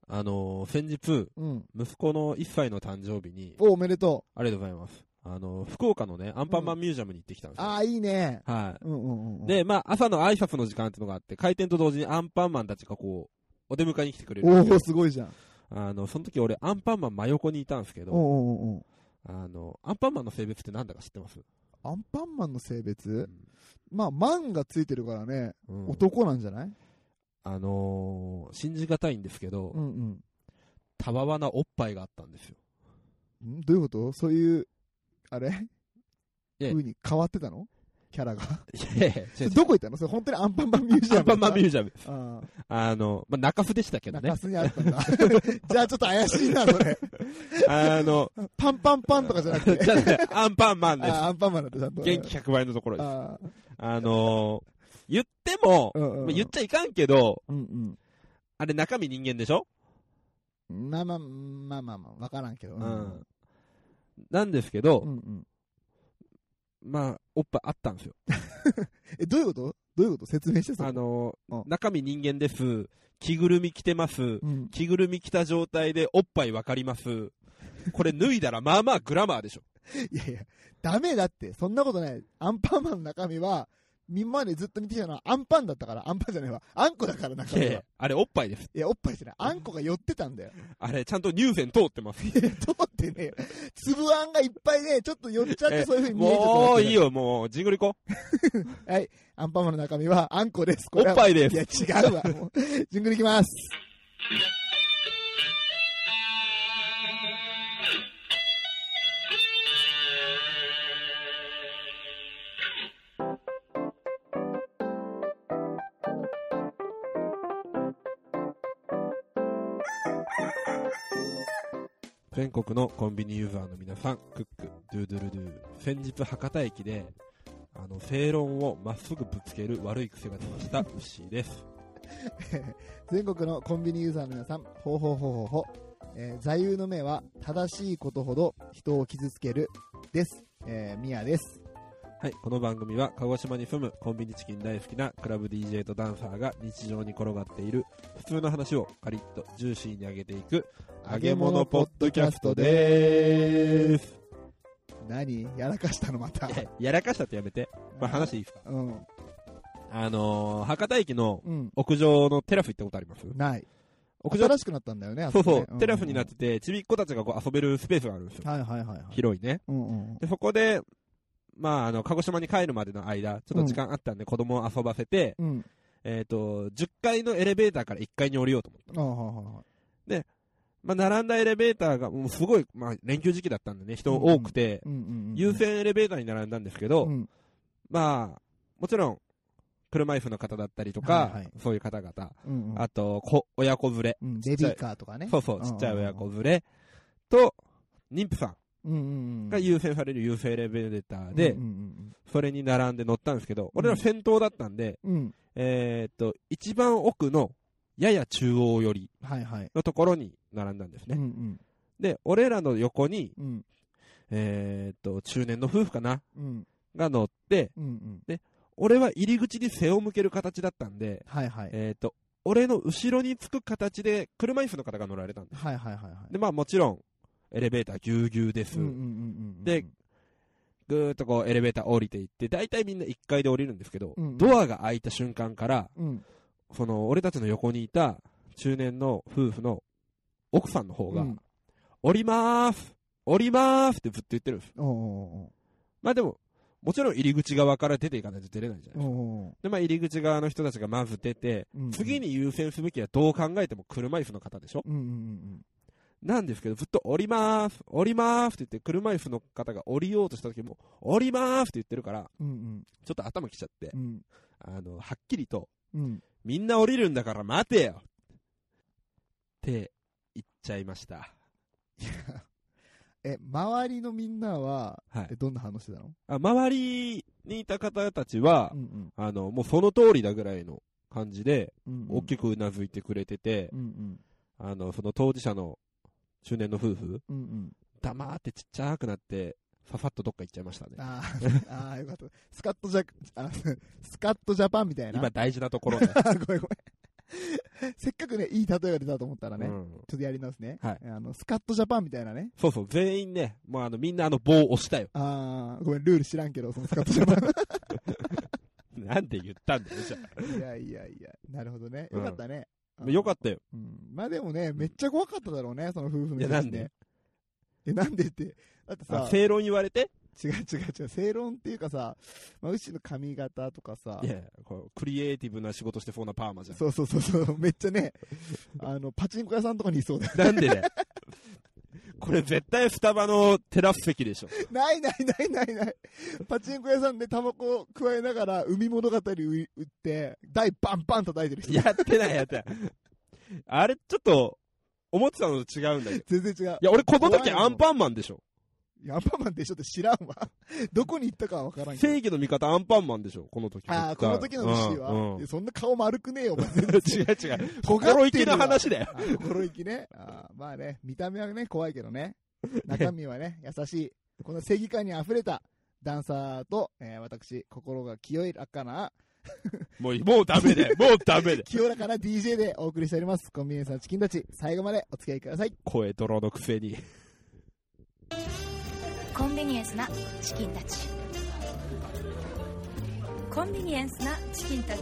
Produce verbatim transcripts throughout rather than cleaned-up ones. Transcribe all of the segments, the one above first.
あのー、先日、 うん。 息子のいっさいの誕生日に、 お、おめでとありがとうございます。あのー、福岡のね、アンパンマンミュージアムに行ってきたんですう。 よ。 ああ、いいね。 はい。 うんうんうん。 で、まあ、朝の挨拶の時間っていうのがあって、開店と同時にアンパンマンたちがこう、お出迎えに来てくれるんですよ。 おお、すごいじゃん。 あの、その時俺、アンパンマン真横にいたんですけど、 おうおうおう、 あの、アンパンマンの性別って何だか知ってます？ アンパンマンの性別、 うん、 まあ、マンがついてるからね、 うん、 男なんじゃない？ あのー、信じがたいんですけど、 うんうん。 たわわなおっぱいがあったんですよ。 んどういうこと？そういう、あれええ風に変わってたの？キャラが。 いやいやそれどこ行ったの？それ本当にアンパンマンミュージアム。 アンパンマンミュージアムです。 ああの、まあ、中洲でしたけどね。 中洲にあったんだ。じゃあちょっと怪しいな、それ。 あの、 パンパンパンとかじゃなくて。 じゃあねアンパンマンです。 あアンパンマンだった、ちゃんと。 元気ひゃくばいのところです。 ああのー、言っても、 うんうんうん、 まあ、言っちゃいかんけど、 うんうん。 あれ中身人間でしょ？ まあまあ、まあまあまあ、わからんけど。 うん。なんですけど、 うんうん。 まあ、おっぱいあったんですよ。 え、どういうこと？どういうこと？説明してそあのーうん、 中身人間です。着ぐるみ着てます。 うん、 着ぐるみ着た状態でおっぱいわかります。これ脱いだらまあまあグラマーでしょ。 いやいや、ダメだって。そんなことない。アンパンマンの中身は、今までずっと見てきたのはアンパンだったから、アンパンじゃないわ。あんこだから中身は。 いやいや、あれおっぱいです。 いや、おっぱいじゃない。あんこが寄ってたんだよ。 あれ、ちゃんと乳腺通ってます。 いや、通ってねえよ。粒あんがいっぱいね、ちょっと寄っちゃってそういう風に見えてた。 もういいよ、もう、ジングリコ。 はい。アンパンマンの中身はあんこです。 おっぱいです。 いや、違うわ。もう、ジングルいきます。 全国のコンビニユーザーの皆さん、クック、ドゥードゥルドゥ。先日博多駅で、あの、正論をまっすぐぶつける悪い癖が出ました、ウッシーです。 全国のコンビニユーザーの皆さん、ほうほうほうほうほう。えー、座右の銘は、正しいことほど人を傷つける、です。えー、ミヤです。 はい、この番組は鹿児島に住むコンビニチキン大好きなクラブ ディージェー とダンサーが日常に転がっている普通の話をカリッとジューシーに上げていく揚げ物ポッドキャストでーす。 何やらかしたのまた。 や, やらかしたってやめて。まあ、話いいですか？ うん。 あのー、博多駅のうん屋上のテラス行ったことあります？ ない。 屋上新しくなったんだよね。 そうそう、 うんうん、 テラスになってて、ちびっ子たちがこう遊べるスペースがあるんですよ。 はいはいはい、はい。 広いね。 うんうん。 で、そこで、まあ、あの、鹿児島に帰るまでの間、ちょっと時間あったんで、子供を遊ばせて、 うん、 えっ、ー、と、じゅっかいのエレベーターからいっかいに降りようと思った。 ああ、はいはいはい。 で、まあ、並んだエレベーターが、もうすごい、まあ、連休時期だったんでね、人多くて、 うんうんうんうん、 優先エレベーターに並んだんですけど、うん、まあ、もちろん、車椅子の方だったりとか、はいはい、そういう方々、うんうん、あと、こ、親子連れ、 うん、ベビーカーとかね。 そうそう、ちっちゃい親子連れと、妊婦さん。 うんうんうん、 が優先される優先エレベーターで、うんうんうん、それに並んで乗ったんですけど、うん、俺ら先頭だったんで、うん、えー、っと、一番奥のやや中央寄りのところに並んだんですね。はいはい、で、俺らの横に、うん、えー、っと、中年の夫婦かな、うん、が乗って、うんうん、で、俺は入り口に背を向ける形だったんで、はいはい、えー、っと、俺の後ろにつく形で車椅子の方が乗られたんです。はいはいはいはい、で、まあもちろん、エレベーターぎゅうぎゅうです。で、ぐーっとこうエレベーター降りていって、だいたいみんないっかいで降りるんですけど、うんうん、ドアが開いた瞬間から、うん、その俺たちの横にいた中年の夫婦の奥さんの方が、うん、降りまーす降りまーすってずっと言ってるんです。おうおうおう、まあでも、もちろん入り口側から出ていかないと出れないじゃないですか。おうおう、で、まあ入り口側の人たちがまず出て、うんうん、次に優先すべきはどう考えても車椅子の方でしょ、うんうんうん、なんですけど、ずっと降りまーす降りまーすって言って、車椅子の方が降りようとした時も、降りまーすって言ってるから、うんうん、ちょっと頭きちゃって、うん、あの、はっきりと、うん、みんな降りるんだから待てよって言っちゃいました。 え、周りのみんなは、はい、どんな反応してたの？ あ、周りにいた方たちは、うんうん、あの、もうその通りだぐらいの感じで、うんうん、大きくうなずいてくれてて、うんうん、あの、その当事者の中年の夫婦、うんうん、黙ってちっちゃくなって、ファファッとどっか行っちゃいましたね。 ああ、よかった。スカットジャ、あスカットジャパンみたいな。 今大事なところで。 ごめんごめん。 せっかくね、いい例えが出たと思ったらね、うん、ちょっとやり直すね。はい。あの、スカットジャパンみたいなね。 そうそう、全員ね、もうあの、みんなあの棒を押したよ。 あー、ごめん、ルール知らんけど、そのスカットジャパン。 なんで言ったんだよ、じゃあ。 いやいやいや、なるほどね。よかったね。 うん、よかったよ。 うん。まあでもね、めっちゃ怖かっただろうね、その夫婦の、ね。いや、なんでえ、なんでって。だってさ、 正論言われて違う違う違う、正論っていうかさ、まあ、うちの髪型とかさ、 いやいやこうクリエイティブな仕事してそうなパーマじゃん。 そうそうそうそう、めっちゃね、あの、パチンコ屋さんとかにいそうだよ。 なんでね。これ絶対スタバのテラス席でしょ。 ないないないないない。パチンコ屋さんでタバコ加えながら海物語売って、台バンバン叩いてる人。 やってないやってない。あれちょっと、思ってたのと違うんだけど。 全然違う。 いや、俺この時アンパンマンでしょ。 アンパンマンでしょって知らんわ。どこに行ったかはわからんけど。正義の味方アンパンマンでしょ、この時。 ああ、この時の牛は、うんうん。そんな顔丸くねえよ、お前。 違う違う。心意気の話だよ。 心意気ね。あまあね、見た目はね、怖いけどね。中身はね、優しい。この正義感に溢れたダンサーと、えー、私、心が清らかな、 もう、もうダメで、もうダメで。 清らかな ディージェー でお送りしております。コンビニエンスなチキンたち、最後までお付き合いください。 声泥のくせに。 コンビニエンスなチキンたち。コンビニエンスなチキンたち。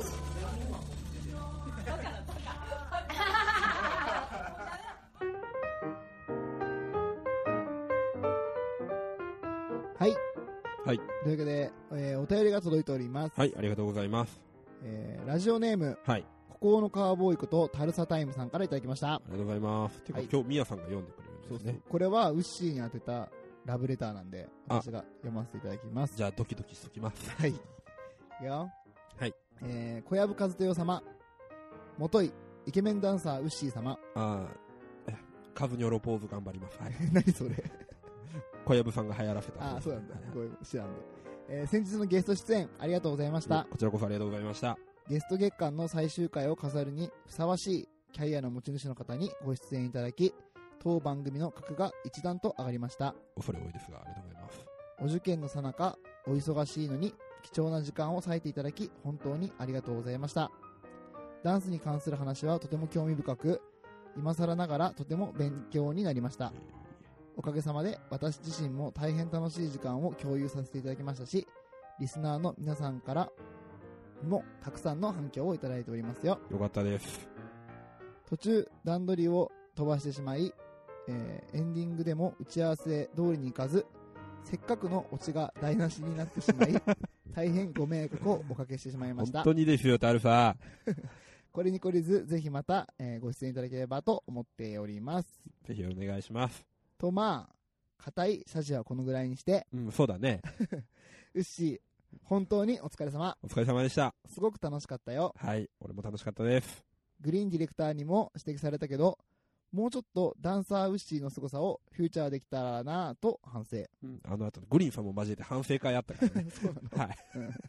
はい。 はい。 というわけで、えー、お便りが届いております。 はい、ありがとうございます。 えー、ラジオネーム、 はい。 孤高のカーボーイことタルサタイムさんからいただきました。 ありがとうございます。てか、はい、今日、ミヤさんが読んでくれるんですね。そうそう。 これは、ウッシーに当てたラブレターなんで、私が読ませていただきます。 じゃあ、ドキドキしときます。 はい。いくよ。 はい。 えー、小籔和豊様、もとい、イケメンダンサーウッシー様。 あー、カズニョロポーズ頑張ります。はい。 何それ小籔さんが流行らせた。 ああ、そうなんだ。ごめん、知らんで。えー、先日のゲスト出演、ありがとうございました。 こちらこそありがとうございました。 ゲスト月間の最終回を飾るにふさわしいキャリアの持ち主の方にご出演いただき、当番組の格が一段と上がりました。 恐れ多いですが、ありがとうございます。 お受験の最中、お忙しいのに貴重な時間を割いていただき、本当にありがとうございました。ダンスに関する話はとても興味深く、今更ながらとても勉強になりました。おかげさまで私自身も大変楽しい時間を共有させていただきましたし、リスナーの皆さんからもたくさんの反響をいただいておりますよ。 よかったです。 途中段取りを飛ばしてしまい、えー、エンディングでも打ち合わせ通りにいかず、せっかくのオチが台無しになってしまい大変ご迷惑をおかけしてしまいました。 本当にですよ、タルさん。 これに懲りずぜひまた、えー、ご出演いただければと思っております。 ぜひお願いします。 と、まあ硬いサジはこのぐらいにして、 うん、そうだね。 うっしー、本当にお疲れ様。 お疲れ様でした。 すごく楽しかったよ。 はい、俺も楽しかったです。 グリーンディレクターにも指摘されたけど、もうちょっとダンサーウッシーの凄さをフューチャーできたらなぁと反省。 うん、あの後グリーンさんも交えて反省会あったからね。 そうなの。 はい。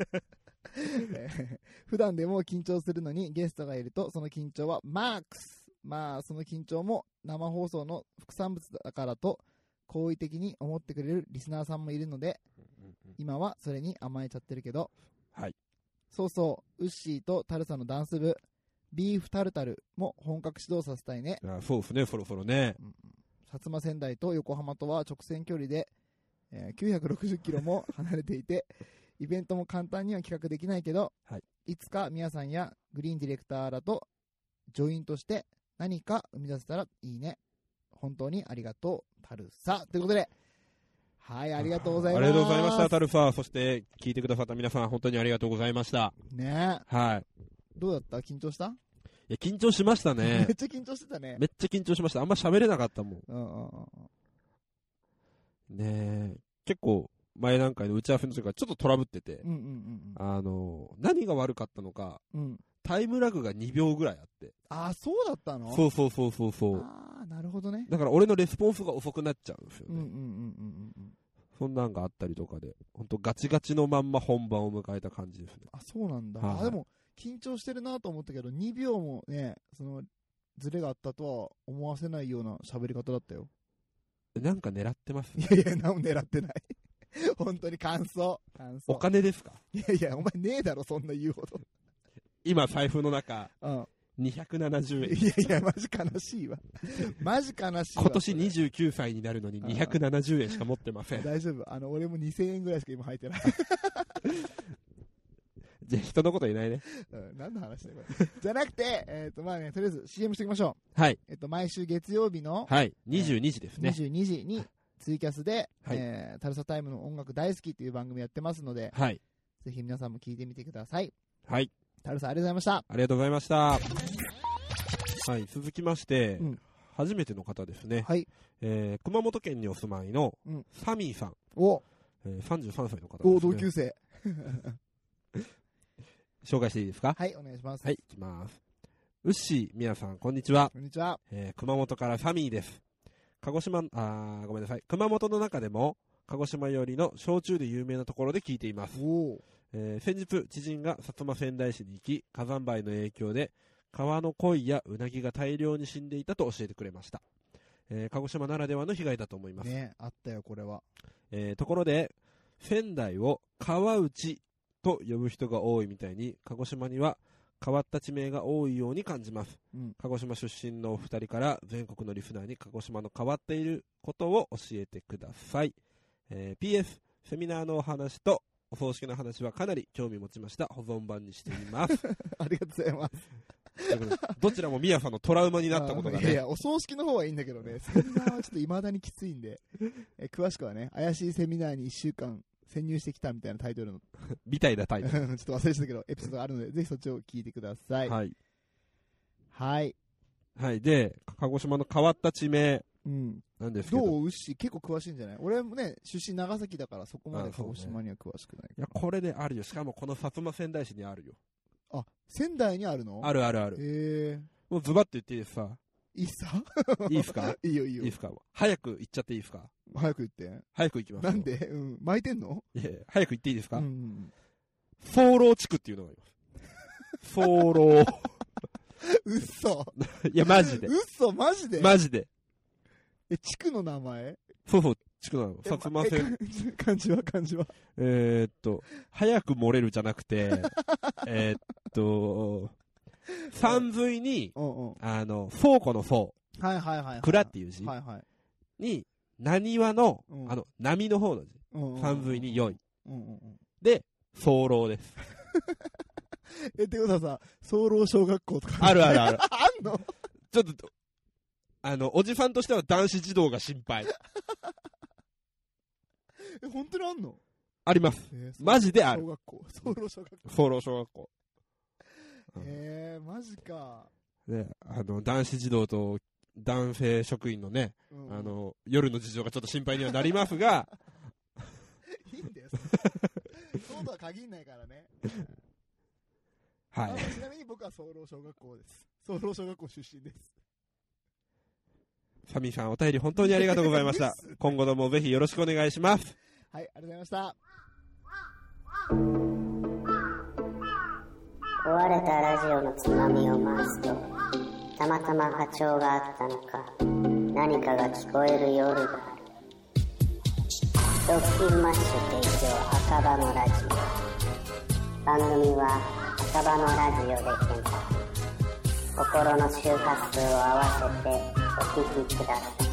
普段でも緊張するのにゲストがいるとその緊張はマックス。まあその緊張も生放送の副産物だからと好意的に思ってくれるリスナーさんもいるので、今はそれに甘えちゃってるけど、 はい。 そうそう、ウッシーとタルさんのダンス部、ビーフタルタルも本格指導させたいね。 あ、そうですね、そろそろね。 うん、薩摩仙台と横浜とは直線距離で、えー、きゅうひゃくろくじゅっキロも離れていて、イベントも簡単には企画できないけど、 はい、 いつかミヤさんやグリーンディレクターらとジョイントして何か生み出せたらいいね。本当にありがとう、タルサ。ということで、はい、ありがとうございます。 ありがとうございました、タルサ。そして聞いてくださった皆さん、本当にありがとうございました。 ねえ。はい。 どうだった？緊張した？いや、緊張しましたね。 めっちゃ緊張してたね。 めっちゃ緊張しました。あんま喋れなかったもん。 うんうんうん。 ねえ。結構、前段階の打ち合わせの時からちょっとトラブってて、 うんうんうんうん、 あの、何が悪かったのか、 うん、 タイムラグがにびょうぐらいあって。 ああ、そうだったの？ そうそうそうそうそう。 ああ、なるほどね。 だから俺のレスポンスが遅くなっちゃうんですよね。 うんうんうんうんうん。 そんなんがあったりとかで、ほんとガチガチのまんま本番を迎えた感じですね。 あ、そうなんだ。 はい、 あ、でも、緊張してるなと思ったけど、にびょうもね、その、ズレがあったとは思わせないような喋り方だったよ。 なんか狙ってます、 ね、いやいや、なんも狙ってない。本当に感想。感想。 お金ですか？ いやいや、お前ねえだろ、そんな言うほど。 今、財布の中、 うん、 にひゃくななじゅうえん。 いやいや、マジ悲しいわ。マジ悲しいわ。 今年にじゅうきゅうさいになるのににひゃくななじゅうえんしか持ってません。 大丈夫。あの、俺もにせんえんぐらいしか今入ってない。 じゃあ人のこと言えないね。 うん、何の話だよ、これ。じゃなくて、えっ、ー、と、まあね、とりあえず シーエム しておきましょう。はい。 えっ、ー、と、毎週月曜日の、 はい。にじゅうにじですね。 にじゅうにじにツイキャスで、 はい、 えー、タルサタイムの音楽大好きっていう番組やってますので、 はい。 ぜひ皆さんも聞いてみてください。 はい。 タルさんありがとうございました。 ありがとうございました。はい。続きまして、うん、初めての方ですね。 はい。 えー、熊本県にお住まいの、うん、サミーさん。 お、 えー、さんじゅうさんさいの方ですね。 お、同級生。 紹介していいですか？ はい、お願いします。 はい、いきます。うっしー、みやさん、こんにちは。 こんにちは。 えー、熊本からサミーです。鹿児島、あー、ごめんなさい。熊本の中でも、鹿児島よりの焼酎で有名なところで聞いています。 おえー、先日、知人が薩摩川内市に行き、火山灰の影響で、川の鯉やうなぎが大量に死んでいたと教えてくれました。えー、鹿児島ならではの被害だと思います。 ね、あったよ、これは。 えー、ところで、仙台を川内と呼ぶ人が多いみたいに、鹿児島には変わった地名が多いように感じます。うん、鹿児島出身のお二人から全国のリスナーに鹿児島の変わっていることを教えてください。えー、ピーエス セミナーのお話とお葬式の話はかなり興味持ちました。保存版にしています。 ありがとうございます。 どちらもミヤさんのトラウマになったことがね。 いやいや、お葬式の方はいいんだけどね、セミナーはちょっと未だにきついんで、え詳しくはね、怪しいセミナーにいっしゅうかん潜入してきたみたいなタイトルのみたいなタイトル。 ちょっと忘れてたけど、エピソードがあるので、ぜひそっちを聞いてください。 はい。 はい。 はい。で、鹿児島の変わった地名。 うん。 なんですけど。 どう？うっしー結構詳しいんじゃない？俺もね、出身長崎だからそこまで鹿児島には詳しくない。 いや、これであるよ。しかもこの薩摩川内市にあるよ。 あ、仙台にあるの？ あるあるある。 へー。 もうズバッと言っていいですか？ いいっすか？ いいっすか？ いいよいいよ。 いいっすか？早く行っちゃっていいですか？ 早く言って。 早く行きます。 なんで？うん。巻いてんの？ いやいや、早く行っていいですか？ うん。 早漏地区っていうのがあります。早漏。 うっそ。 いや、マジで。 うっそ、マジで？ マジで。 え、地区の名前？ そうそう、地区なの。薩摩川。 漢字は漢字は。 えーっと、早く漏れるじゃなくて、えーっと、山水に、 うんうん、 あの、倉庫の倉。 はいはいはい、はい。 蔵っていう字。 はいはい。 に、なにわの、 うん、 あの、波の方の字。 うんうん、 山水に良い。 うんうんうん、 で、早漏です。 え、ってことはさ、早漏小学校とか。 あるあるある。 あんの？ ちょっと、あの、おじさんとしては男子児童が心配。 え、本当にあんの？ あります。えー、マジである。 小学校。早漏小学校。 早漏小学校。 えー、マジか。 ね、あの、男子児童と男性職員のね、うん、あの、夜の事情がちょっと心配にはなりますが、 いいんだよ、そうとは限んないからね。 はい。 ちなみに僕は早漏小学校です。早漏小学校出身です。 サミーさん、お便り本当にありがとうございました。今後ともぜひよろしくお願いします。 はい、ありがとうございました。 壊れたラジオのつまみを回すと、たまたま波長があったのか、何かが聞こえる夜がある。ドッキンマッシュ提供赤羽のラジオ。番組は赤羽のラジオで検索。心の周波数を合わせてお聞きください。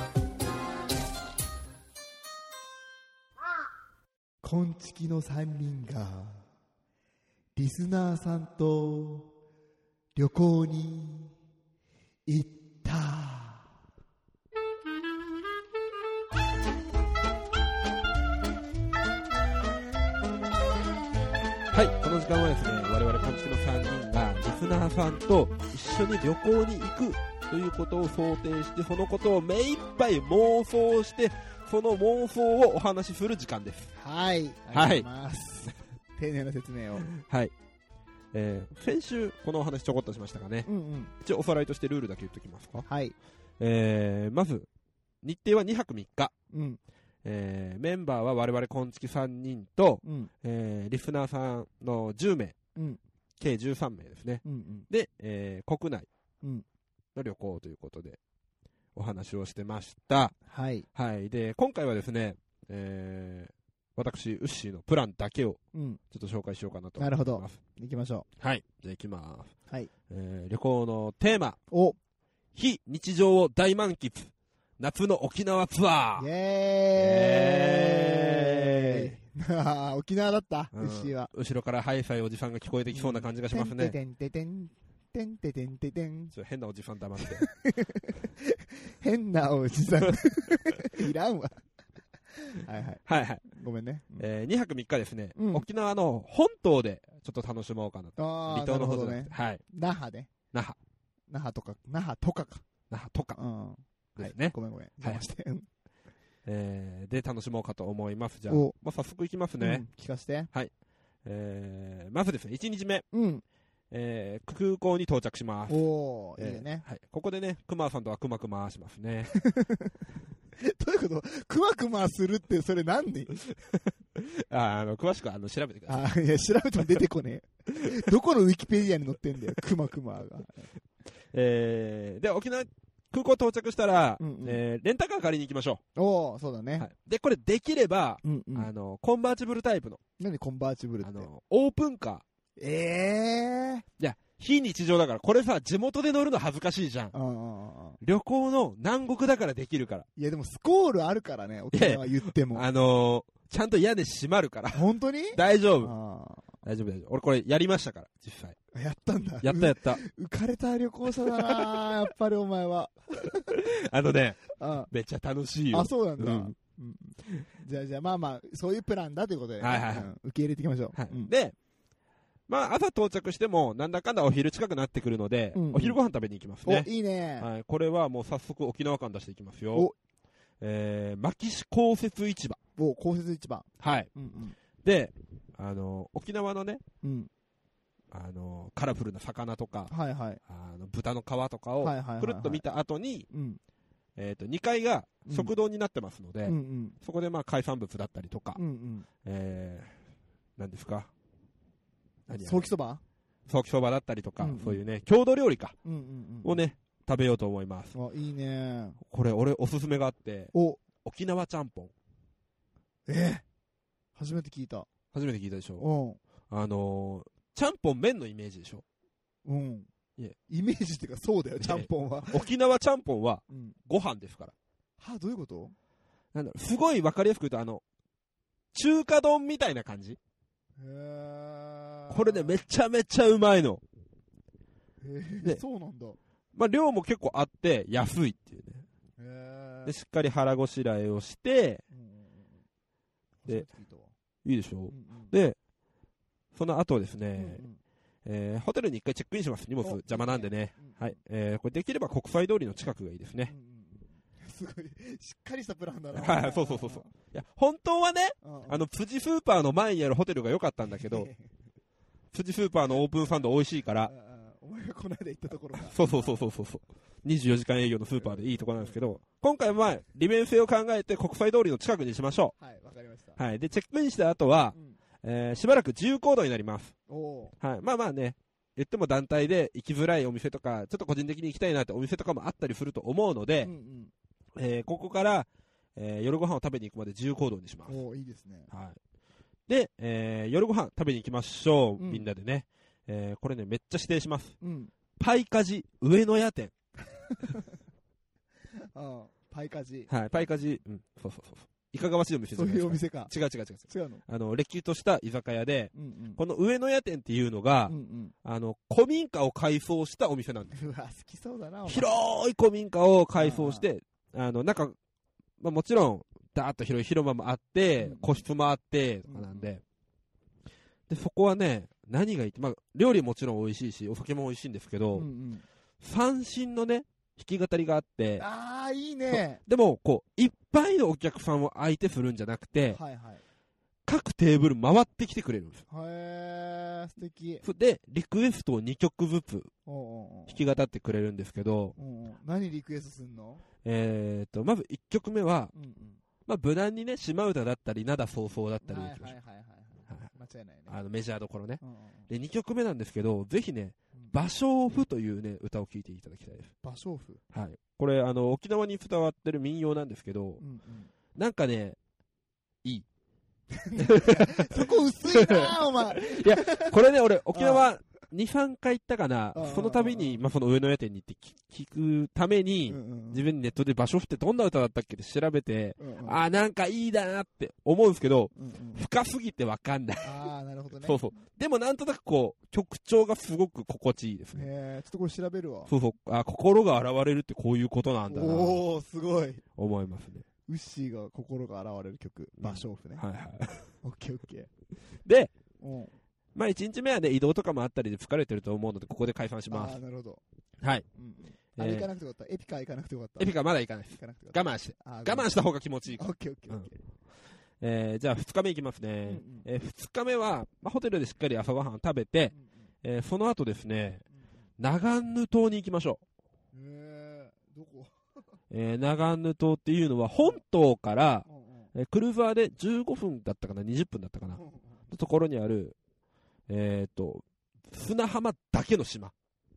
こんちきのさんにんがリスナーさんと旅行に行った。 はい、この時間はですね、我々こんちきのさんにんがリスナーさんと一緒に旅行に行くということを想定して、そのことを目いっぱい妄想して、その妄想をお話しする時間です。 はい。 はい。 丁寧な説明を。 はい。えー、先週このお話ちょこっとしましたがね。 うんうん。 一応おさらいとしてルールだけ言っときますか。 はい。 えー、まず、日程はにはくみっか。 うん。 えー、メンバーは我々こんちきさんにんと、 うん、 えー、リスナーさんのじゅうめい、 うん、 計じゅうさんめいですね。 うんうん、 で、えー、国内の旅行ということでお話をしてました。 はい。 はい。で、今回はですね、えー、 私、ウッシーのプランだけを、ちょっと紹介しようかなと思います。なるほど。 行きましょう。はい。じゃあ行きます。 はい。 えー、旅行のテーマ。 お非日常を大満喫。夏の沖縄ツアー。 イエーイ沖縄だった、ウッシーは。 後ろからハイファイおじさんが聞こえてきそうな感じがしますね。 てんてんてんてんてんてんてんてん。 変なおじさん黙って。 変なおじさん。いらんわ。はいはい。 はいはい。 ごめんね。 えー、にはくみっかですね、うん、沖縄の本島でちょっと楽しもうかなと。離島の方でね。はい。 那覇で。 那覇。 那覇とか、那覇とかか。 那覇とか。 うん。 ですね。 ごめんごめん。邪魔して。 えー、で、楽しもうかと思います。じゃあ、もう早速いきますね。 聞かせて。 はい。えー、まずですね、いちにちめ。 うん。 えー、空港に到着します。 おー、いいね。 はい。ここでね、熊さんとはくまくましますね。 どういうことくまくまするって、それ何であ、あの、詳しくあの調べてください。 あ、いや、調べても出てこねえ。どこのウィキペディアに載ってんだよ、くまくまが。 えー、で、沖縄空港到着したら、うんうん、えー、レンタカー借りに行きましょう。 おー、そうだね。はい、 で、これできれば、 うんうん、 あの、コンバーチブルタイプの。 何コンバーチブルって？ あの、オープンカー。 ええー。 いや、非日常だから、これさ、地元で乗るの恥ずかしいじゃん。 うんうんうん、 旅行の南国だからできるから。 いや、でもスコールあるからね、沖縄言っても。 あのー、ちゃんと屋根閉まるから。 本当に？ 大丈夫。大丈夫、大丈夫。俺これやりましたから、実際。 やったんだ。 やったやった。 浮かれた旅行者だなやっぱりお前は。 あのね、めっちゃ楽しいよ。 あ、そうなんだ。うんうん、じゃあ、じゃあ、まあまあ、そういうプランだということで、ね、 はいはいはい、 うん、受け入れていきましょう。 はいうん、で、まあ、朝到着しても、なんだかんだお昼近くなってくるので、うんうん、お昼ご飯食べに行きますね。 お、いいね。 はい。これはもう早速沖縄感出していきますよ。おえー、牧師公設市場。 お、公設市場。 はい。 うんうん、 で、あの、沖縄のね、 うん、 あの、カラフルな魚とか、 はいはい、 あの豚の皮とかを、くるっと見た後に、えっと、にかいが食堂になってますので、 うんうん、 そこでまあ海産物だったりとか、 うんうん、 えー、何ですかソーキそばソーキそばだったりとか、 うんうん、 そういうね、郷土料理か、 うんうんうん、 をね、食べようと思います。 あ、いいね。 これ、俺、おすすめがあって、 お沖縄ちゃんぽん。 えー、初めて聞いた。 初めて聞いたでしょ。 うん。 あのー、ちゃんぽん麺のイメージでしょ。 うん。いえ、イメージっていうか、そうだよ、ちゃんぽんは。 沖縄ちゃんぽんは、ご飯ですから。 は、どういうこと？ なんだろう、すごいわかりやすく言うと、あの、中華丼みたいな感じ。 へー。 これね、めちゃめちゃうまいの。 へー、そうなんだ。 まあ、量も結構あって、安いっていうね。 へー。 で、しっかり腹ごしらえをして、 うんうんうん、 で、いいでしょ、うんうん、で、その後ですね、うんうん、えー、ホテルに一回チェックインします。荷物邪魔なんでね。うんうん、はい。えー、これできれば国際通りの近くがいいですね。 うんうん、すごい、しっかりしたプランだな。 はい、そうそうそうそう。いや、本当はね、うんうん、あの、辻スーパーの前にあるホテルが良かったんだけど、辻スーパーのオープンサンド美味しいから、 お前がこの間行ったところが。 そうそうそうそうそう。にじゅうよじかん営業のスーパーでいいところなんですけど、今回はまあ、利便性を考えて国際通りの近くにしましょう。はい、わかりました。 はい。で、チェックインした後は、うん、えー、しばらく自由行動になります。 おはい。まあまあね、言っても団体で行きづらいお店とか、ちょっと個人的に行きたいなってお店とかもあったりすると思うので、うんうん、えー、ここから、えー、夜ご飯を食べに行くまで自由行動にします。 おー、いいですね。 はい。で、えー、夜ご飯食べに行きましょう。うん、みんなでね。えー、これね、めっちゃ指定します。 うん、 パイカジ上野屋店。 ああ、パイカジ。 はい、パイカジ、うん、そうそうそう。いかがわしいお店じゃないですか。 そういうお店か。 違う違う違う。 違うの？ あの、れっきとした居酒屋で、 うんうん、 この上野屋店っていうのが、 うんうん、 あの、古民家を改装したお店なんです。 うわ、好きそうだな、お前。 広い古民家を改装して、あ, あの、なんか、まあもちろん、だーっと広い広場もあって、うん、個室もあって、とかなんで、うん、で、そこはね、何がいいって、まあ、料理もちろん美味しいし、お酒も美味しいんですけど、 うんうん、 三振のね、弾き語りがあって、 ああ、いいね。 でも、こう、いっぱいのお客さんを相手するんじゃなくて、 はいはい、 各テーブル回ってきてくれるんですよ。 へー、素敵。 で、リクエストをにきょくずつ弾き語ってくれるんですけど、 おうおう、何リクエストすんの？ えーと、まずいっきょくめは、 うんうん、 まあ、無難にね、島唄だったり、灘そうそうだったり、 はいはいはいはい、間違いないね。 あのメジャーどころね、 うんうん。 で、にきょくめなんですけど、ぜひね、芭蕉布というね、歌を聴いていただきたいです。 芭蕉布？ はい。これ、あの、沖縄に伝わってる民謡なんですけど、 うんうん、 なんかね、いい。 そこ薄いなお前。 いや、これね、俺、沖縄に、さんかい行ったかな、その度に、まあ、その上野屋店に行って聞くために、自分にネットで場所振ってどんな歌だったっけって調べて、ああ、なんかいいなって思うんですけど、深すぎてわかんない。 ああ、なるほどね。 そうそう。でもなんとなくこう、曲調がすごく心地いいですね。 へえ、ちょっとこれ調べるわ。 そうそう。あ、心が現れるってこういうことなんだな。 おー、すごい。 思いますね。 ウッシーが心が現れる曲、場所オフね。 はいはい。 オッケーオッケー。 で、まあいちにちめはね、移動とかもあったりで疲れてると思うので、ここで解散します。 ああ、なるほど。 はい。 うん、あれ行かなくてよかった。エピカ行かなくてよかった。 エピカまだ行かないです。我慢して。我慢した方が気持ちいいから。 オッケーオッケーオッケー。 えー、じゃあふつかめ行きますね。うんうん、えー、ふつかめは、まあ、ホテルでしっかり朝ごはんを食べて、うんうん、えー、その後ですね、ナガンヌ島に行きましょう。 えー、どこえー、ナガンヌ島っていうのは本島から、うんうん、えー、クルーザーでじゅうごふんだったかな、にじゅっぷんだったかな、うんうん、のところにある、えっと、砂浜だけの島。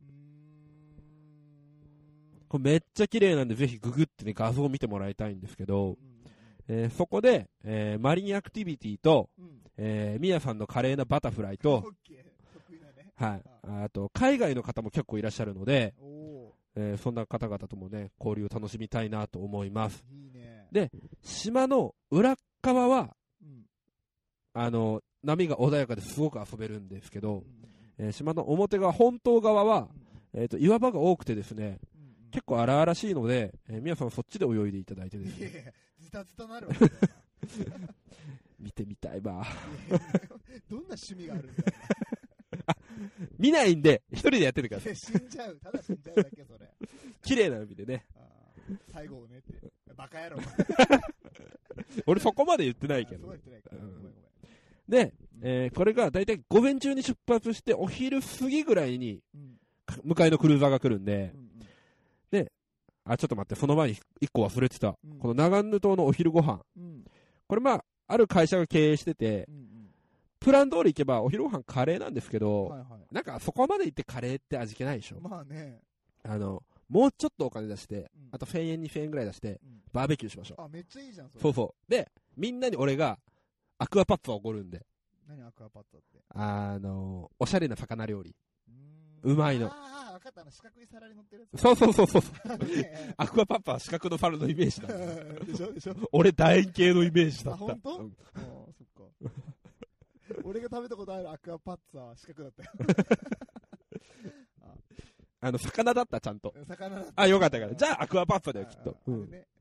これめっちゃ綺麗なんで、ぜひググってね、画像を見てもらいたいんですけど、うんうん、えー、そこで、えー、マリンアクティビティと、うん、えー、ミヤさんの華麗なバタフライと、ね、はい、あと、海外の方も結構いらっしゃるので、えー、そんな方々ともね、交流を楽しみたいなと思います。 いいね、 で、島の裏側は、うん、あの、波が穏やかですごく遊べるんですけど、うん、えー、島の表側、本島側は、うん、えっと、岩場が多くてですね、うん、結構荒々しいので、えー、皆さんそっちで泳いでいただいてですね。 いやいや、ズタズタなるわ。 見てみたいわ。 どんな趣味があるんだよ。 見ないんで、一人でやっててください。 死んじゃう。ただ死んじゃうだけ、それ。 綺麗な海でね。 最後をねって。バカ野郎。 俺そこまで言ってないけど。で、えー、これがだいたい午前中に出発して、お昼過ぎぐらいに、向かいのクルーザーが来るんで、うんうん、で、あ、ちょっと待って、その前に一個忘れてた。うん、このナガンヌ島のお昼ご飯。うん、これまあ、ある会社が経営してて、うんうん、プラン通り行けばお昼ご飯カレーなんですけど、はいはい、なんかそこまで行ってカレーって味気ないでしょ。 まあね。 あの、もうちょっとお金出して、うん、あとせんえんにせんえんぐらい出して、うん、バーベキューしましょう。 あ、めっちゃいいじゃん、それ。 そうそう。で、みんなに俺が、アクアパッツァをおごるんで。 何アクアパッツァって？ あの、おしゃれな魚料理。う, うまいの。 ああ、分かった。あの四角い皿に乗ってるやつ。 そうそうそうそう。アクアパッツァは四角の皿のイメージだ。 でしょでしょ。 俺楕円形のイメージだった。 あ、ほんと？うん、ああ、そっか。俺が食べたことあるアクアパッツァは四角だったよ。 あ, あの、魚だった、ちゃんと。 魚だった。 あ、よかったから。じゃあ、アクアパッツァだよ、きっと。うん、ね、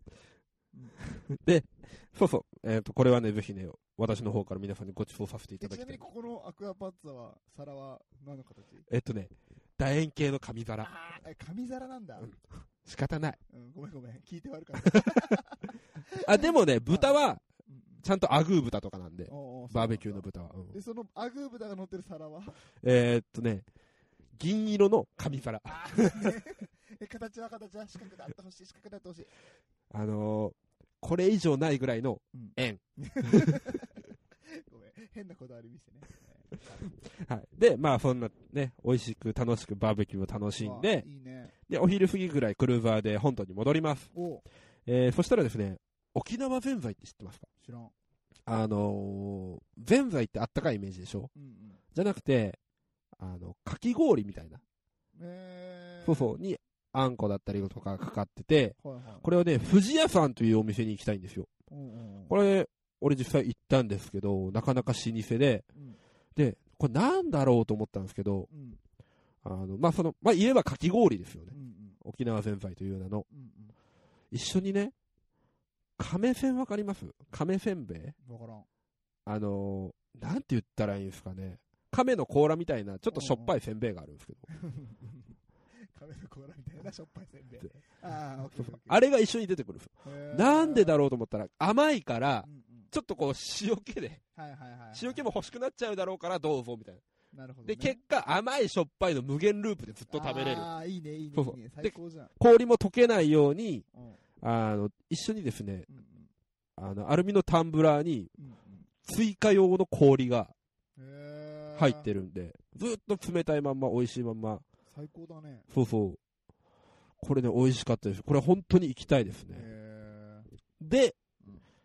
で、そうそう。えっ、ー、と、これはね、ぜひね、私の方から皆さんにご馳走させていただきたい。 ちなみに、ここのアクアパッツァは、皿は何の形？ えっとね、楕円形の紙皿。 ああ、紙皿なんだ。うん、 仕方ない、 うん。ごめんごめん。聞いて悪かった。 あ、でもね、豚は、ちゃんとアグー豚とかなんで、バーベキューの豚は。うん、 で、そのアグー豚が乗ってる皿はえー、っとね、銀色の紙皿。 あー、ね、え、形は形は四角であってほしい、四角であってほしい。 あのー、これ以上ないぐらいの円。うん、 ごめん、変なこだわり見せね。 はい。で、まあそんなね、美味しく楽しくバーベキューを楽しんで、 いいね、 で、お昼過ぎぐらいクルーザーで本島に戻ります。おえー、そしたらですね、沖縄ぜんざいって知ってますか？ 知らん。 あのー、ぜんざいってあったかいイメージでしょ、うんうん、じゃなくて、あの、かき氷みたいな。 えー、 そうそう、に、あんこだったりとかかかってて、 はいはい、 これをね、富士屋さんというお店に行きたいんですよ。うんうん、これ、俺実際行ったんですけど、なかなか老舗で、うん、で、これなんだろうと思ったんですけど、うん、あの、まあ、その、まあ、言えばかき氷ですよね。うんうん、沖縄ぜんざいという名の、うんうん。一緒にね、亀せんわかります？亀せんべい？ わからん。 あのー、なんて言ったらいいんですかね。亀の甲羅みたいな、ちょっとしょっぱいせんべいがあるんですけど。 亀の甲羅みたいなしょっぱいせんべい。ああ、 そうそう。あれが一緒に出てくるんですよ。なんでだろうと思ったら、甘いから、うんうん、ちょっとこう、塩気で、はいはいはいはい、塩気も欲しくなっちゃうだろうから、どうぞ、みたいな。 なるほどね、 で、結果、甘いしょっぱいの無限ループでずっと食べれる。 ああ、いいね、いいね。 そうそう。 いいね、最高じゃん。 氷も溶けないように、うん、あの、一緒にですね、うんうん、あの、アルミのタンブラーに、追加用の氷が入ってるんで、ずっと冷たいまんま、美味しいまんま。 最高だね。 そうそう。これね、美味しかったです。これ本当に行きたいですね。で、うん、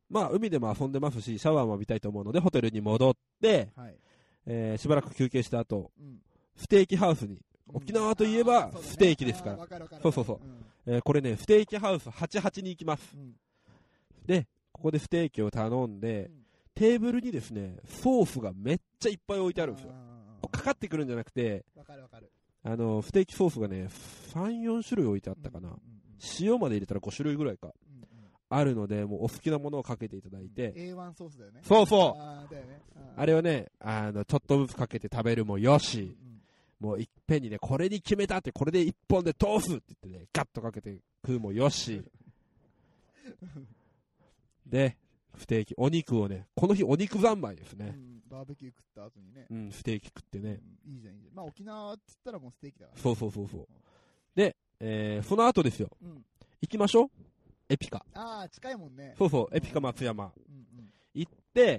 まあ、海でも遊んでますし、シャワーも浴びたいと思うので、ホテルに戻って、はい、えー、しばらく休憩した後、うん、ステーキハウスに、沖縄といえばステーキですから。そう、ね、そうそうそう。うん、えー、これね、ステーキハウスはちじゅうはちに行きます。うん、で、ここでステーキを頼んで、うん、テーブルにですね、ソースがめっちゃいっぱい置いてあるんですよ。かかってくるんじゃなくて、わかるわかる。あの、ステーキソースがね、さん、よん種類置いてあったかな。うんうんうん、塩まで入れたらご種類ぐらいか。うんうん、あるので、もうお好きなものをかけていただいて。 エーワン ソースだよね。 そうそう。あ, だよね、あ, あれをね、あの、ちょっとずつかけて食べるもよし、うんうん、もういっぺんにね、これに決めたって、これで一本で通すって言ってね、ガッとかけて食うもよし。で、ステーキ、お肉をね、この日お肉三昧ですね。うん、 バーベキュー食った後にね。 うん、ステーキ食ってね。 うん、いいじゃん、いいじゃん。まあ沖縄って言ったらもうステーキだから、ね。 そうそうそうそう。で、えー、その後ですよ。うん、行きましょう。エピカ。 ああ、近いもんね。 そうそう、エピカ松山。うんうん、行って、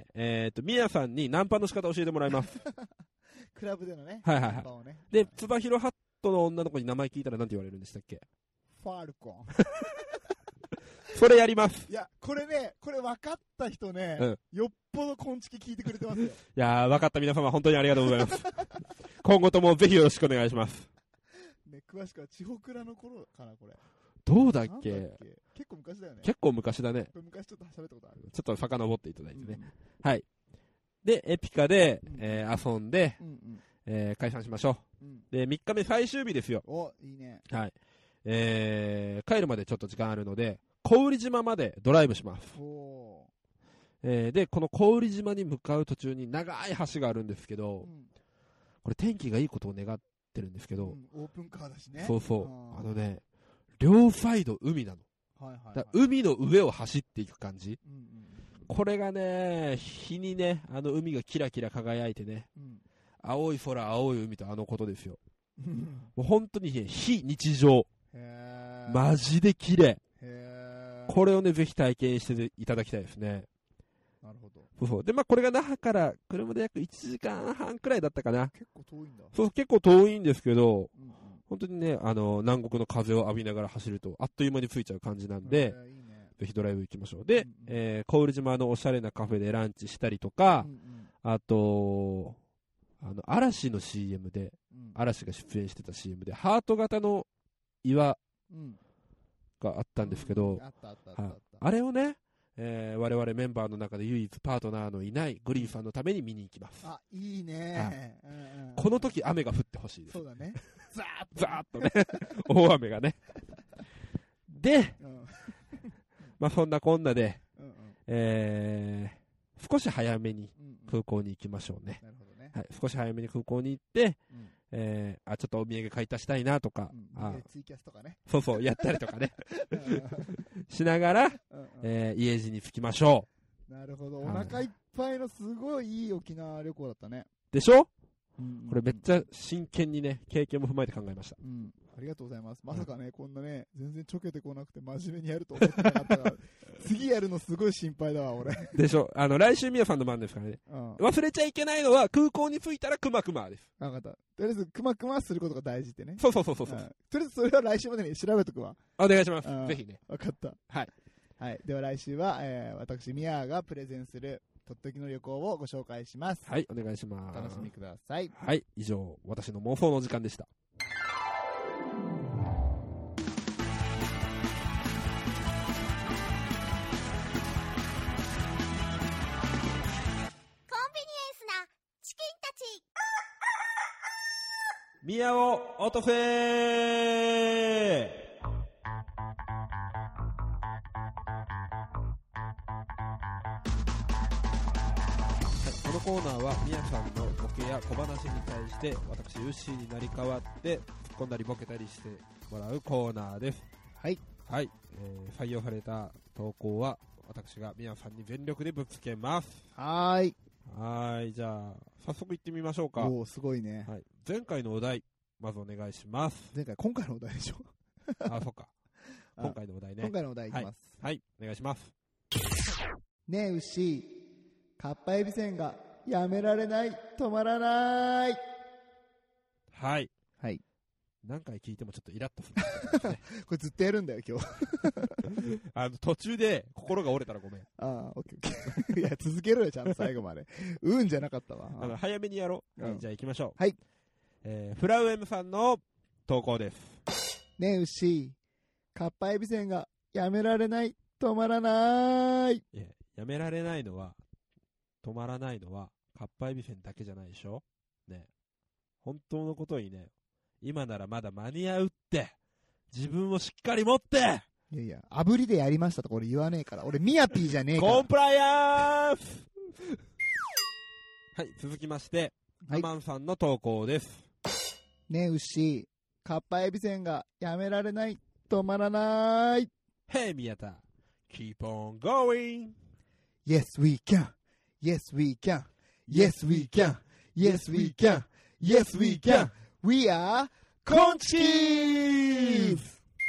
えっと、宮さんにナンパの仕方教えてもらいます。 クラブでのね。 はいはいはい。ね、で、つばひろハットの女の子に名前聞いたら何て言われるんでしたっけ？ ファルコン。 それやります。 いや、これね、これ分かった人ね、うん、よっぽどこんちき聞いてくれてますよ。いやー、分かった皆様本当にありがとうございます。今後ともぜひよろしくお願いします。 ね、詳しくは千穂倉の頃かな、これ。 どうだっけ？ だっけ結構昔だよね。 結構昔だね。 昔ちょっと喋ったことある。 ちょっと遡っていただいてね。うんうん、はい。で、エピカで、うんえー、遊んで、うんうんえー、解散しましょう、うん。で、みっかめ最終日ですよ。 お、いいね。 はい。えー、帰るまでちょっと時間あるので、小売島までドライブします。おえー、で、この小売島に向かう途中に長い橋があるんですけど、うん、これ天気がいいことを願ってるんですけど、 うん、オープンカーだしね。 そうそう。あのね、両サイド海なの。はいはいはい、だ海の上を走っていく感じ、うんうん、これがね、日にね、あの海がキラキラ輝いてね、うん、青い空、青い海とあのことですよ。もう本当にね、非日常。へーマジで綺麗。へーこれをね、ぜひ体験していただきたいですね。 なるほど。 そうそう。で、まあ、これが那覇から車で約いちじかんはんくらいだったかな。 結構遠いんだ。 そう、結構遠いんですけど、うんうん、本当にね、あの、南国の風を浴びながら走ると、あっという間に着いちゃう感じなんで、いいね、ぜひドライブ行きましょう。で、うんうんえー、小売島のおしゃれなカフェでランチしたりとか、うんうん、あと、あの、嵐の シーエム で、うん、嵐が出演してた シーエム で、ハート型の岩があったんですけど、うん、あったあったあった、はい、あれをね、えー、我々メンバーの中で唯一パートナーのいないグリーンさんのために見に行きます。 あ、いいね、はいうんうん、この時雨が降ってほしいです。 そうだね。 ザーッと、ザーッとね、大雨がね。で、うん、まあそんなこんなで、うんうんえー、少し早めに空港に行きましょうね。うんうん、なるほどね。はい、少し早めに空港に行って、うんえー、あ、ちょっとお土産買い足したいなとか、 うん、あツイキャスとかね。 そうそう、やったりとかね。しながら、うんうんえー、家路に着きましょう。なるほど。お腹いっぱいのすごいいい沖縄旅行だったね。 でしょ、うんうんうん、これめっちゃ真剣にね、経験も踏まえて考えました。 うん。ありがとうございます。まさかね、うん、こんなね、全然ちょけてこなくて真面目にやると思ってなかったから、次やるのすごい心配だわ、俺。 でしょあの、来週みやさんの番ですからね、うん。忘れちゃいけないのは、空港に着いたらくまくまです。 わかった。とりあえず、くまくますることが大事ってね。 そうそうそうそう、うん。 とりあえず、それは来週までに調べとくわ。 お願いします。ぜひね。 わかった。 はい。 はい。では来週は、えー、私、みやがプレゼンする、とっておきの旅行をご紹介します。 はい、お願いします。 お楽しみください。 はい、以上、私の妄想の時間でした。宮尾オトフェー。このコーナーは宮さんのボケや小話に対して私ユッシーになり変わって突っ込んだりボケたりしてもらうコーナーです。 はいはい、えー、採用された投稿は私が宮さんに全力でぶつけます。 はーいはい、じゃあ早速行ってみましょうか。 おー、すごいね。 はい、前回のお題まずお願いします。 前回今回のお題でしょ。 あ、そっか。今回のお題ね。 今回のお題いきます。 はい、はい、お願いします。 ねえ牛、かっぱえびせんがやめられない、止まらない。 はい。 はい。 何回聞いてもちょっとイラッとする、ね。 これずっとやるんだよ、今日。 あの、途中で心が折れたらごめん。 ああ、オッケーオッケー。いや、続けろよ、ちゃんと最後まで。うんじゃなかったわ。 あの、早めにやろう。うん、はい、じゃあ行きましょう。 はい。 えー、フラウエムさんの投稿です。 ねえ、牛。かっぱえびせんがやめられない。止まらない。いや、やめられないのは、止まらないのは、かっぱえびせんだけじゃないでしょね。本当のことにね、今ならまだ間に合うって、自分をしっかり持って。 いやいや、炙りでやりましたとか俺言わねえから。俺ミヤピーじゃねえから。 コンプライアンスはい、続きまして、はい、アマンさんの投稿です。 ねえ、牛。かっぱえびせんがやめられない。止まらない。 Hey, 宮田。Keep on going. Yes, we can. Yes, we can. Yes, we can. Yes, we can. Yes, we can. We are Conchies!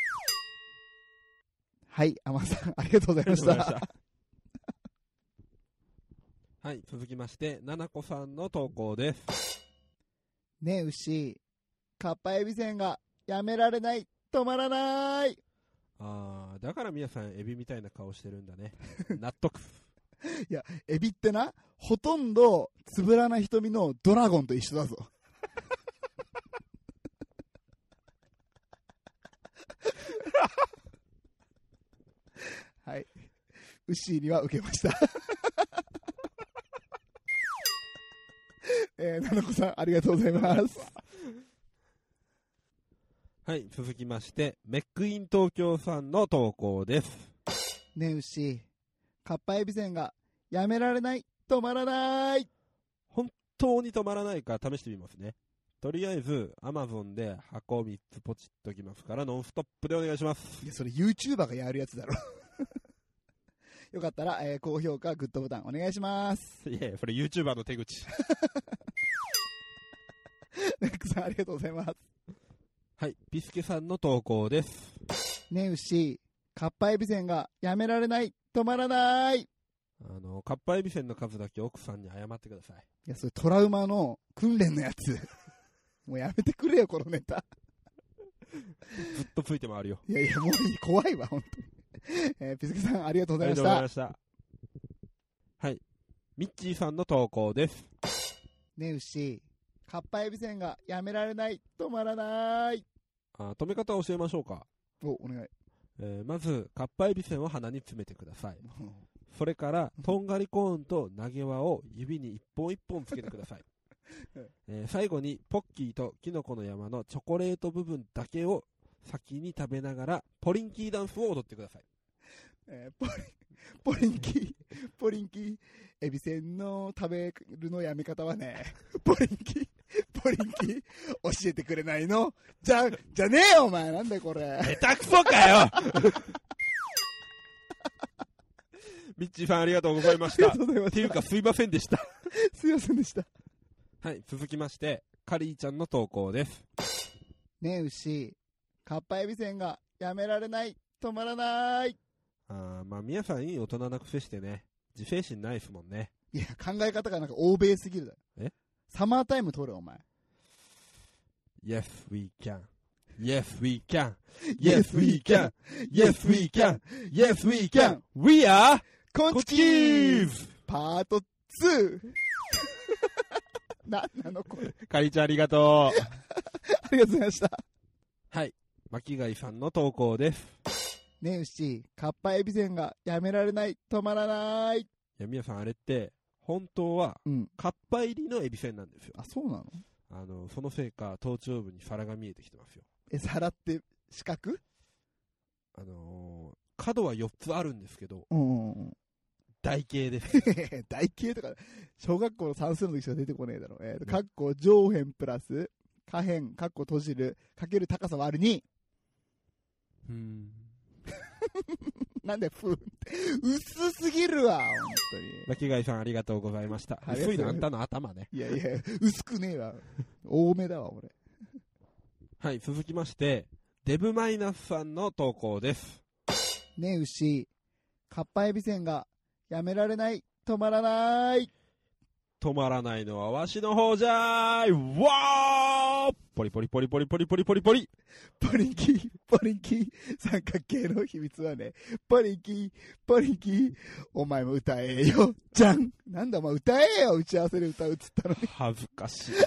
はい、アマンさん、ありがとうございました。 はい、続きまして、ななこさんの投稿です。 ねえ、牛。かっぱえびせんがやめられない。止まらない。 あー、だから皆さんエビみたいな顔してるんだね。納得。 いや、エビってな、ほとんどつぶらな瞳のドラゴンと一緒だぞ。はい。ウッシーには受けました。えー、ななこさん、ありがとうございます。 はい、続きまして、メックイン東京さんの投稿です。 ねえ、ウッシー。かっぱえびせんがやめられない。止まらない。 本当に止まらないか試してみますね。とりあえず、アマゾンで箱みっつポチッときますから、ノンストップでお願いします。 いや、それ YouTuber がやるやつだろ。よかったら、えー、高評価、グッドボタンお願いします。 いやいや、それ YouTuber の手口。 ネックさん、ありがとうございます。 はい、ピスケさんの投稿です。 ねえ、牛。かっぱえびせんがやめられない。止まらない。 あの、かっぱえびせんの数だけ奥さんに謝ってください。 いや、それトラウマの訓練のやつ。もうやめてくれよ、このネタ。 ずっとついて回るよ。 いやいや、もういい。怖いわ、本当に。えー、ピスケさん、ありがとうございました。ありがとうございました。はい。ミッチーさんの投稿です。 ねえ、牛。かっぱえびせんがやめられない。止まらない。 あ、止め方を教えましょうか。 お、お願い。 えー、まず、かっぱえびせんを鼻に詰めてください。それから、とんがりコーンと投げ輪を指に一本一本つけてください。えー、最後に、ポッキーとキノコの山のチョコレート部分だけを先に食べながら、ポリンキーダンスを踊ってください。 えー、ポリン、ポリンキー、ポリンキー、エビせんの食べるのやめ方はね、ポリンキー、ポリンキー、教えてくれないのじゃ、じゃねえよお前、なんだよこれ。 下手くそかよミッチーさんありがとうございました。ありがとうございました。っていうかすいませんでした。 すいませんでした。 はい、続きまして、カリーちゃんの投稿です。 ねえ、牛。かっぱえびせんがやめられない。止まらない。 あー、まあ皆さんいい大人な癖してね、自制心ないですもんね。 いや、考え方がなんか欧米すぎるだよ。 えサマータイム取れ、お前。 Yes, we can. Yes, we can. Yes, we can. Yes, we can. Yes, we can. We are コンチキーズパートツー。何なのこれ。 カリちゃんありがとう。 ありがとうございました。 はい。巻貝さんの投稿です。 ねえ、牛、かっぱえびせんがやめられない、止まらない。いや、皆さんあれって、本当は、うん、かっぱ入りのエビせんなんですよ。 あ、そうなの？ あの、そのせいか、頭頂部に皿が見えてきてますよ。 え、皿って四角？ あのー、角はよっつあるんですけど、 うんうん、 台形です。 台形とか、小学校の算数の時しか出てこねえだろ。えーと、かっこ上辺プラス、下辺、かっこ閉じる、かける高さ割るに。 うーん。 なんでふーって。薄すぎるわ、本当に。 巻貝さんありがとうございました。薄いのあんたの頭ね。 いやいや、薄くねえわ。多めだわ、俺。 はい、続きまして、デブマイナスさんの投稿です。 ねえ、牛。かっぱえびせんがやめられない、止まらない。 止まらないのはわしの方じゃーい。わーポリポリポリポリポリポリポリポリ。 ポリキー、ポリキー、三角形の秘密はね、ポリキー、ポリキー、お前も歌えよ、じゃん。なんだお前歌えよ、打ち合わせで歌うっつったのに。 恥ずかしい。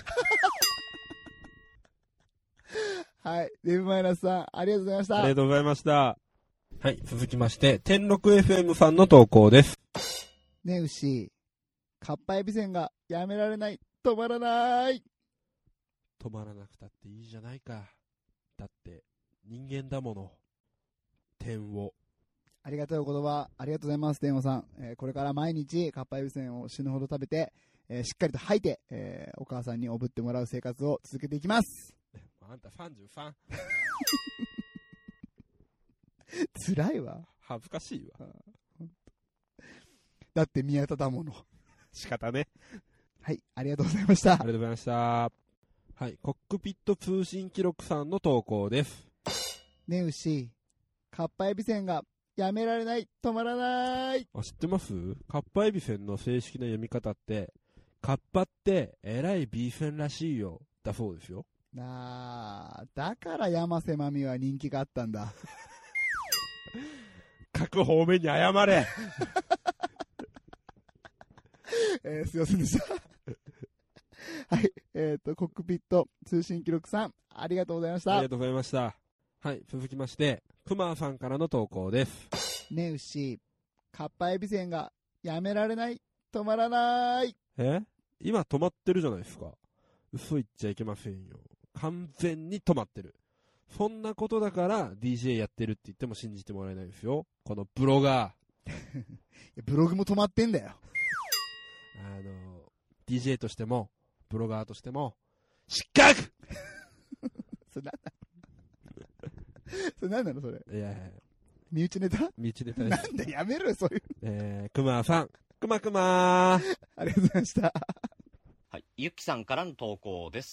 はい、デブマイナスさん、ありがとうございました。 ありがとうございました。はい、続きまして、天禄 エフエム さんの投稿です。 ねえ、牛、かっぱえびせんがやめられない、止まらない。 止まらなくたっていいじゃないか。だって人間だもの。天を。 ありがとう言葉、ありがとうございます、天をさん。えー、これから毎日かっぱえびせんを死ぬほど食べて、えー、しっかりと吐いて、えー、お母さんにおぶってもらう生活を続けていきます。 あんたさんじゅうさん。 辛いわ。 恥ずかしいわ。 だって宮田だもの。 仕方ね。 はい、ありがとうございました。 ありがとうございました。はい、コックピット通信記録さんの投稿です。 ねえ牛、かっぱえびせんがやめられない、止まらない。 あ、知ってます？かっぱえびせんの正式な読み方って、かっぱってえらい B 線らしいよ、だそうですよ。 なあ、だから山瀬まみは人気があったんだ。 各方面に謝れ。 えー、すいませんでした。はい、えっ、ー、と、コックピット通信記録さん、ありがとうございました。 ありがとうございました。はい、続きまして、くまさんからの投稿です。 ねえ、牛、かっぱえびせんがやめられない、止まらない。 え？今止まってるじゃないですか。嘘言っちゃいけませんよ。完全に止まってる。そんなことだから ディージェー やってるって言っても信じてもらえないですよ。このブロガー。ブログも止まってんだよ。 あの、ディージェー としても、ブロガーとしても、失格それなんだそれなんなのそれ。 いやいや身内ネタ身内ネタです。 なんだやめろよ、そういう。 えー、くまさん。くまくまー。 ありがとうございました。 はい、ゆきさんからの投稿です。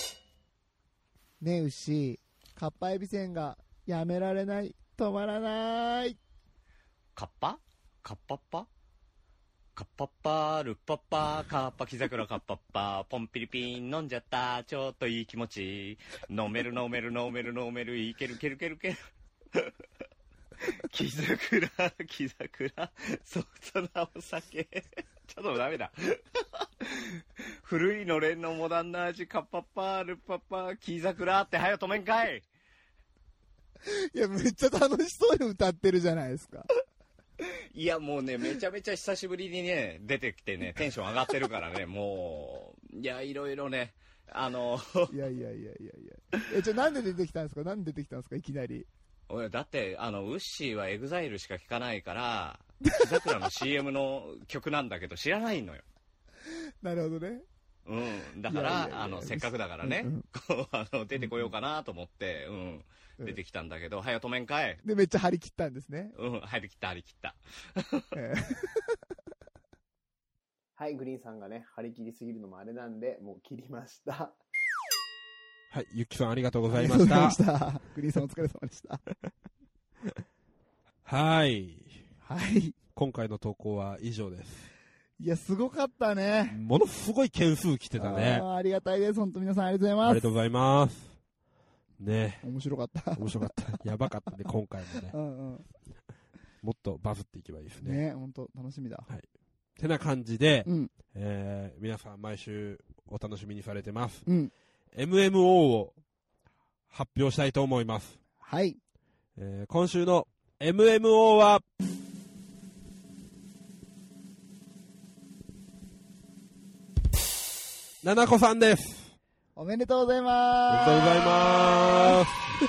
ねえ、牛、かっぱえびせんがやめられない、止まらない。 かっぱかっぱっぱカッパッパールッパッパーカッパキザクラカッパッパーポンピリピン飲んじゃったちょっといい気持ち飲める飲める飲める飲めるいけるけるけるけるキザクラキザクラソフトなお酒ちょっとダメだ古いのれんのモダンな味カッパッパールッパッパーキザクラって早止めんかい。 いやめっちゃ楽しそうに歌ってるじゃないですか。 いやもうねめちゃめちゃ久しぶりにね出てきてねテンション上がってるからねもういやいろいろねあのいやいやいやいやいやえじゃあなんで出てきたんですかなんで出てきたんですかいきなり。 俺だってあのウッシーはエグザイルしか聴かないからザクラの シーエム の曲なんだけど知らないのよ。 なるほどね。 うんだからあのせっかくだからね、うんうん、こうあの出てこようかなと思ってうん。出てきたんだけど、うん、早止めんかい。 で、めっちゃ張り切ったんですね。 うん、張り切った、張り切った。 えー、はい、グリーンさんがね、張り切りすぎるのもあれなんで、もう切りました。 はい、ゆきさんありがとうございました。 ありがとうございました。グリーンさんお疲れ様でした。 はい。 はい。 今回の投稿は以上です。 いや、すごかったね。 ものすごい件数来てたね。 あ, ありがたいです。本当皆さんありがとうございます。 ありがとうございます。ね面白かった。 面白かった。やばかったね、今回もね。 うんうん。 もっとバズっていけばいいですね。 ね本当楽しみだ。 はい。てな感じで、 うん、 えー、皆さん毎週お楽しみにされてます。 うん、 エムエムオー を発表したいと思います。 はい。 えー、今週の エムエムオー は、ななこさんです。 おめでとうございます。おめでとうございま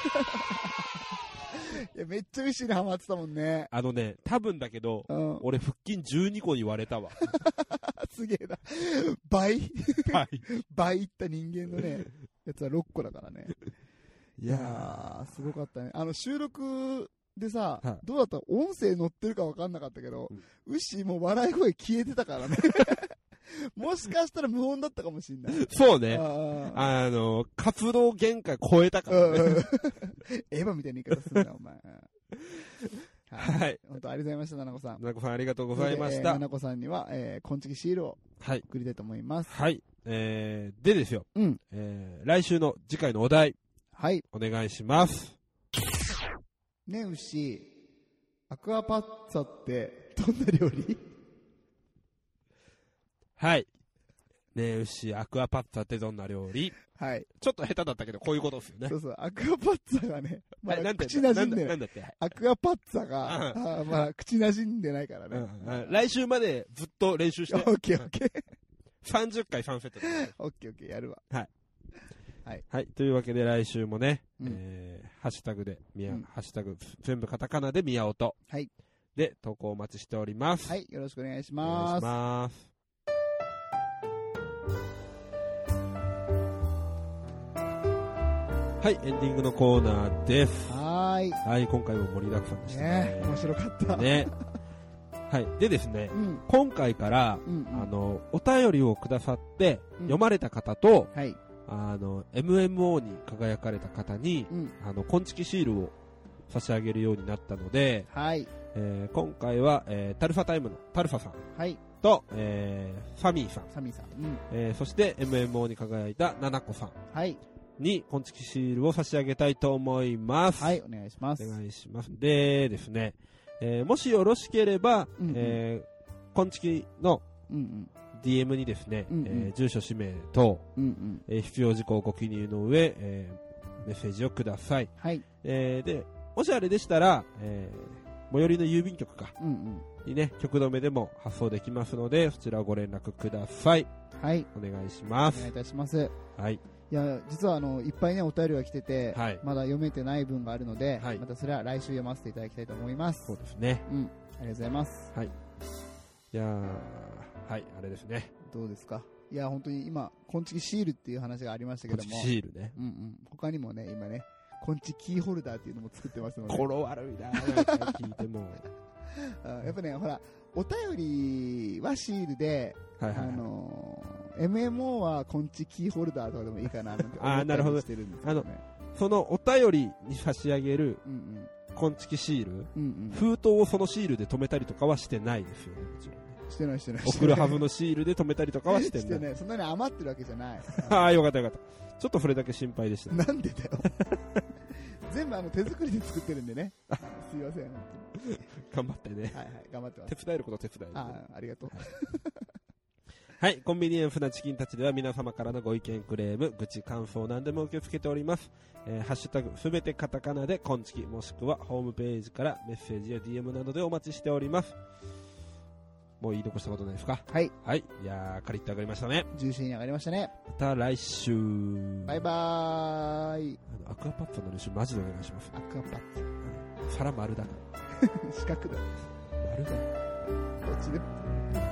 ーす。いや、めっちゃ嬉しいにハマってたもんね。 あのね、多分だけど、うん、俺腹筋じゅうにこに割れたわ。 すげえな。倍倍。 倍いった人間のね、やつはろっこだからね。いやー、すごかったね。あの、収録でさ、はい、どうだった音声乗ってるか分かんなかったけど、うん、ウッシーも笑い声消えてたからね。もしかしたら無音だったかもしれない。 そうね。あ, あの、活動限界超えたからね。 エヴァみたいな言い方するな、お前。ははい。 本当ありがとうございました、ななこさん。 ななこさんありがとうございました。 ななこさんには、えー、こんちきシールを送りたいと思います。 はい。えー、でですよ。 うん。 えー、来週の次回のお題。 はい。 お願いします。 ねうし、アクアパッツァってどんな料理？ はい。ねうし、アクアパッツァってどんな料理？ はい。 ちょっと下手だったけど、こういうことですよね。 そうそう、アクアパッツァがね、まだ口馴染んでない。 なんだって。 アクアパッツァが、あまだ口馴染んでないからね。 うん、来週までずっと練習して。 オッケーオッケー。 さんじゅっかいさんセットで。 オッケーオッケー、やるわ。 はい。 はい。 はい。というわけで来週もね、 うん、 えー、ハッシュタグで、みや、 うん、 ハッシュタグ、全部カタカナでみやおと。 はい。 で、投稿お待ちしております。 はい。よろしくお願いします。 お願いします。はい、エンディングのコーナーです。 はーい。 はい、今回も盛りだくさんでしたね。 ね、面白かった。 ね。はい。でですね、 うん、 今回から、 うんうん、 あの、お便りをくださって、うん、読まれた方と、 はい、 あの、エムエムオー に輝かれた方に、うん、あの、こんちきシールを差し上げるようになったので、 はい。 えー、今回は、えー、タルファタイムのタルファさん。 はい。 と、えー、サミーさん。 サミーさん。うん。 えー、そして エムエムオー に輝いたナナコさん。 はい。 に、こんちきシールを差し上げたいと思います。 はい、お願いします。 お願いします。でですね、えー、もしよろしければ、うんうん、えー、こんちきの ディーエム にですね、うんうん、えー、住所、氏名と、うんうんえー、必要事項をご記入の上、えー、メッセージをください。 はい。 えー、で、もしあれでしたら、えー、最寄りの郵便局か、 うんうん、 にね、局留めでも発送できますので、そちらをご連絡ください。 はい。 お願いします。 お願いいたします。 はい。 いや、実はあの、いっぱいね、お便りが来てて、 はい、 まだ読めてない分があるので、 はい、 またそれは来週読ませていただきたいと思います。 そうですね。 うん。ありがとうございます。 はい。いやー、はい、あれですね。 どうですか？いや、本当に今、こんちきシールっていう話がありましたけども。 こんちきシールね。 うんうん。他にもね、今ね、こんちキーホルダーっていうのも作ってますので。 心悪いなぁ、聞いても。 やっぱね、ほら、お便りはシールで、はいはいはい、あのー、エムエムオー はこんちキーホルダーとかでもいいかななんて思ったりしてるんですけどね。あ、なるほど。 そのお便りに差し上げる、うんうん、こんちきシール、うんうん、封筒をそのシールで留めたりとかはしてないですよね、もちろんね。 してないしてない。 送るはずのシールで留めたりとかはしてない。 してない。そんなに余ってるわけじゃない。 ああ、よかったよかった。ちょっとそれだけ心配でした。 なんでだよ。全部あの手作りで作ってるんでね。すいません、本当に。 頑張ってね。 はいはい、頑張ってます。 手伝えること手伝える。 ああ、ありがとう。 はい、コンビニエンスなチキンたちでは皆様からのご意見、クレーム、愚痴、感想何でも受け付けております。えー、ハッシュタグすべてカタカナでこんちき、もしくはホームページからメッセージや ディーエム などでお待ちしております。もう言い残したことないですか？ はい。 はい。いやー、カリッと上がりましたね。 重心上がりましたね。 また来週。 バイバーイ。 あの、アクアパッツァの練習マジでお願いします。 アクアパッツァ。 皿丸だから。 四角だ。 丸だ。 どっちでも。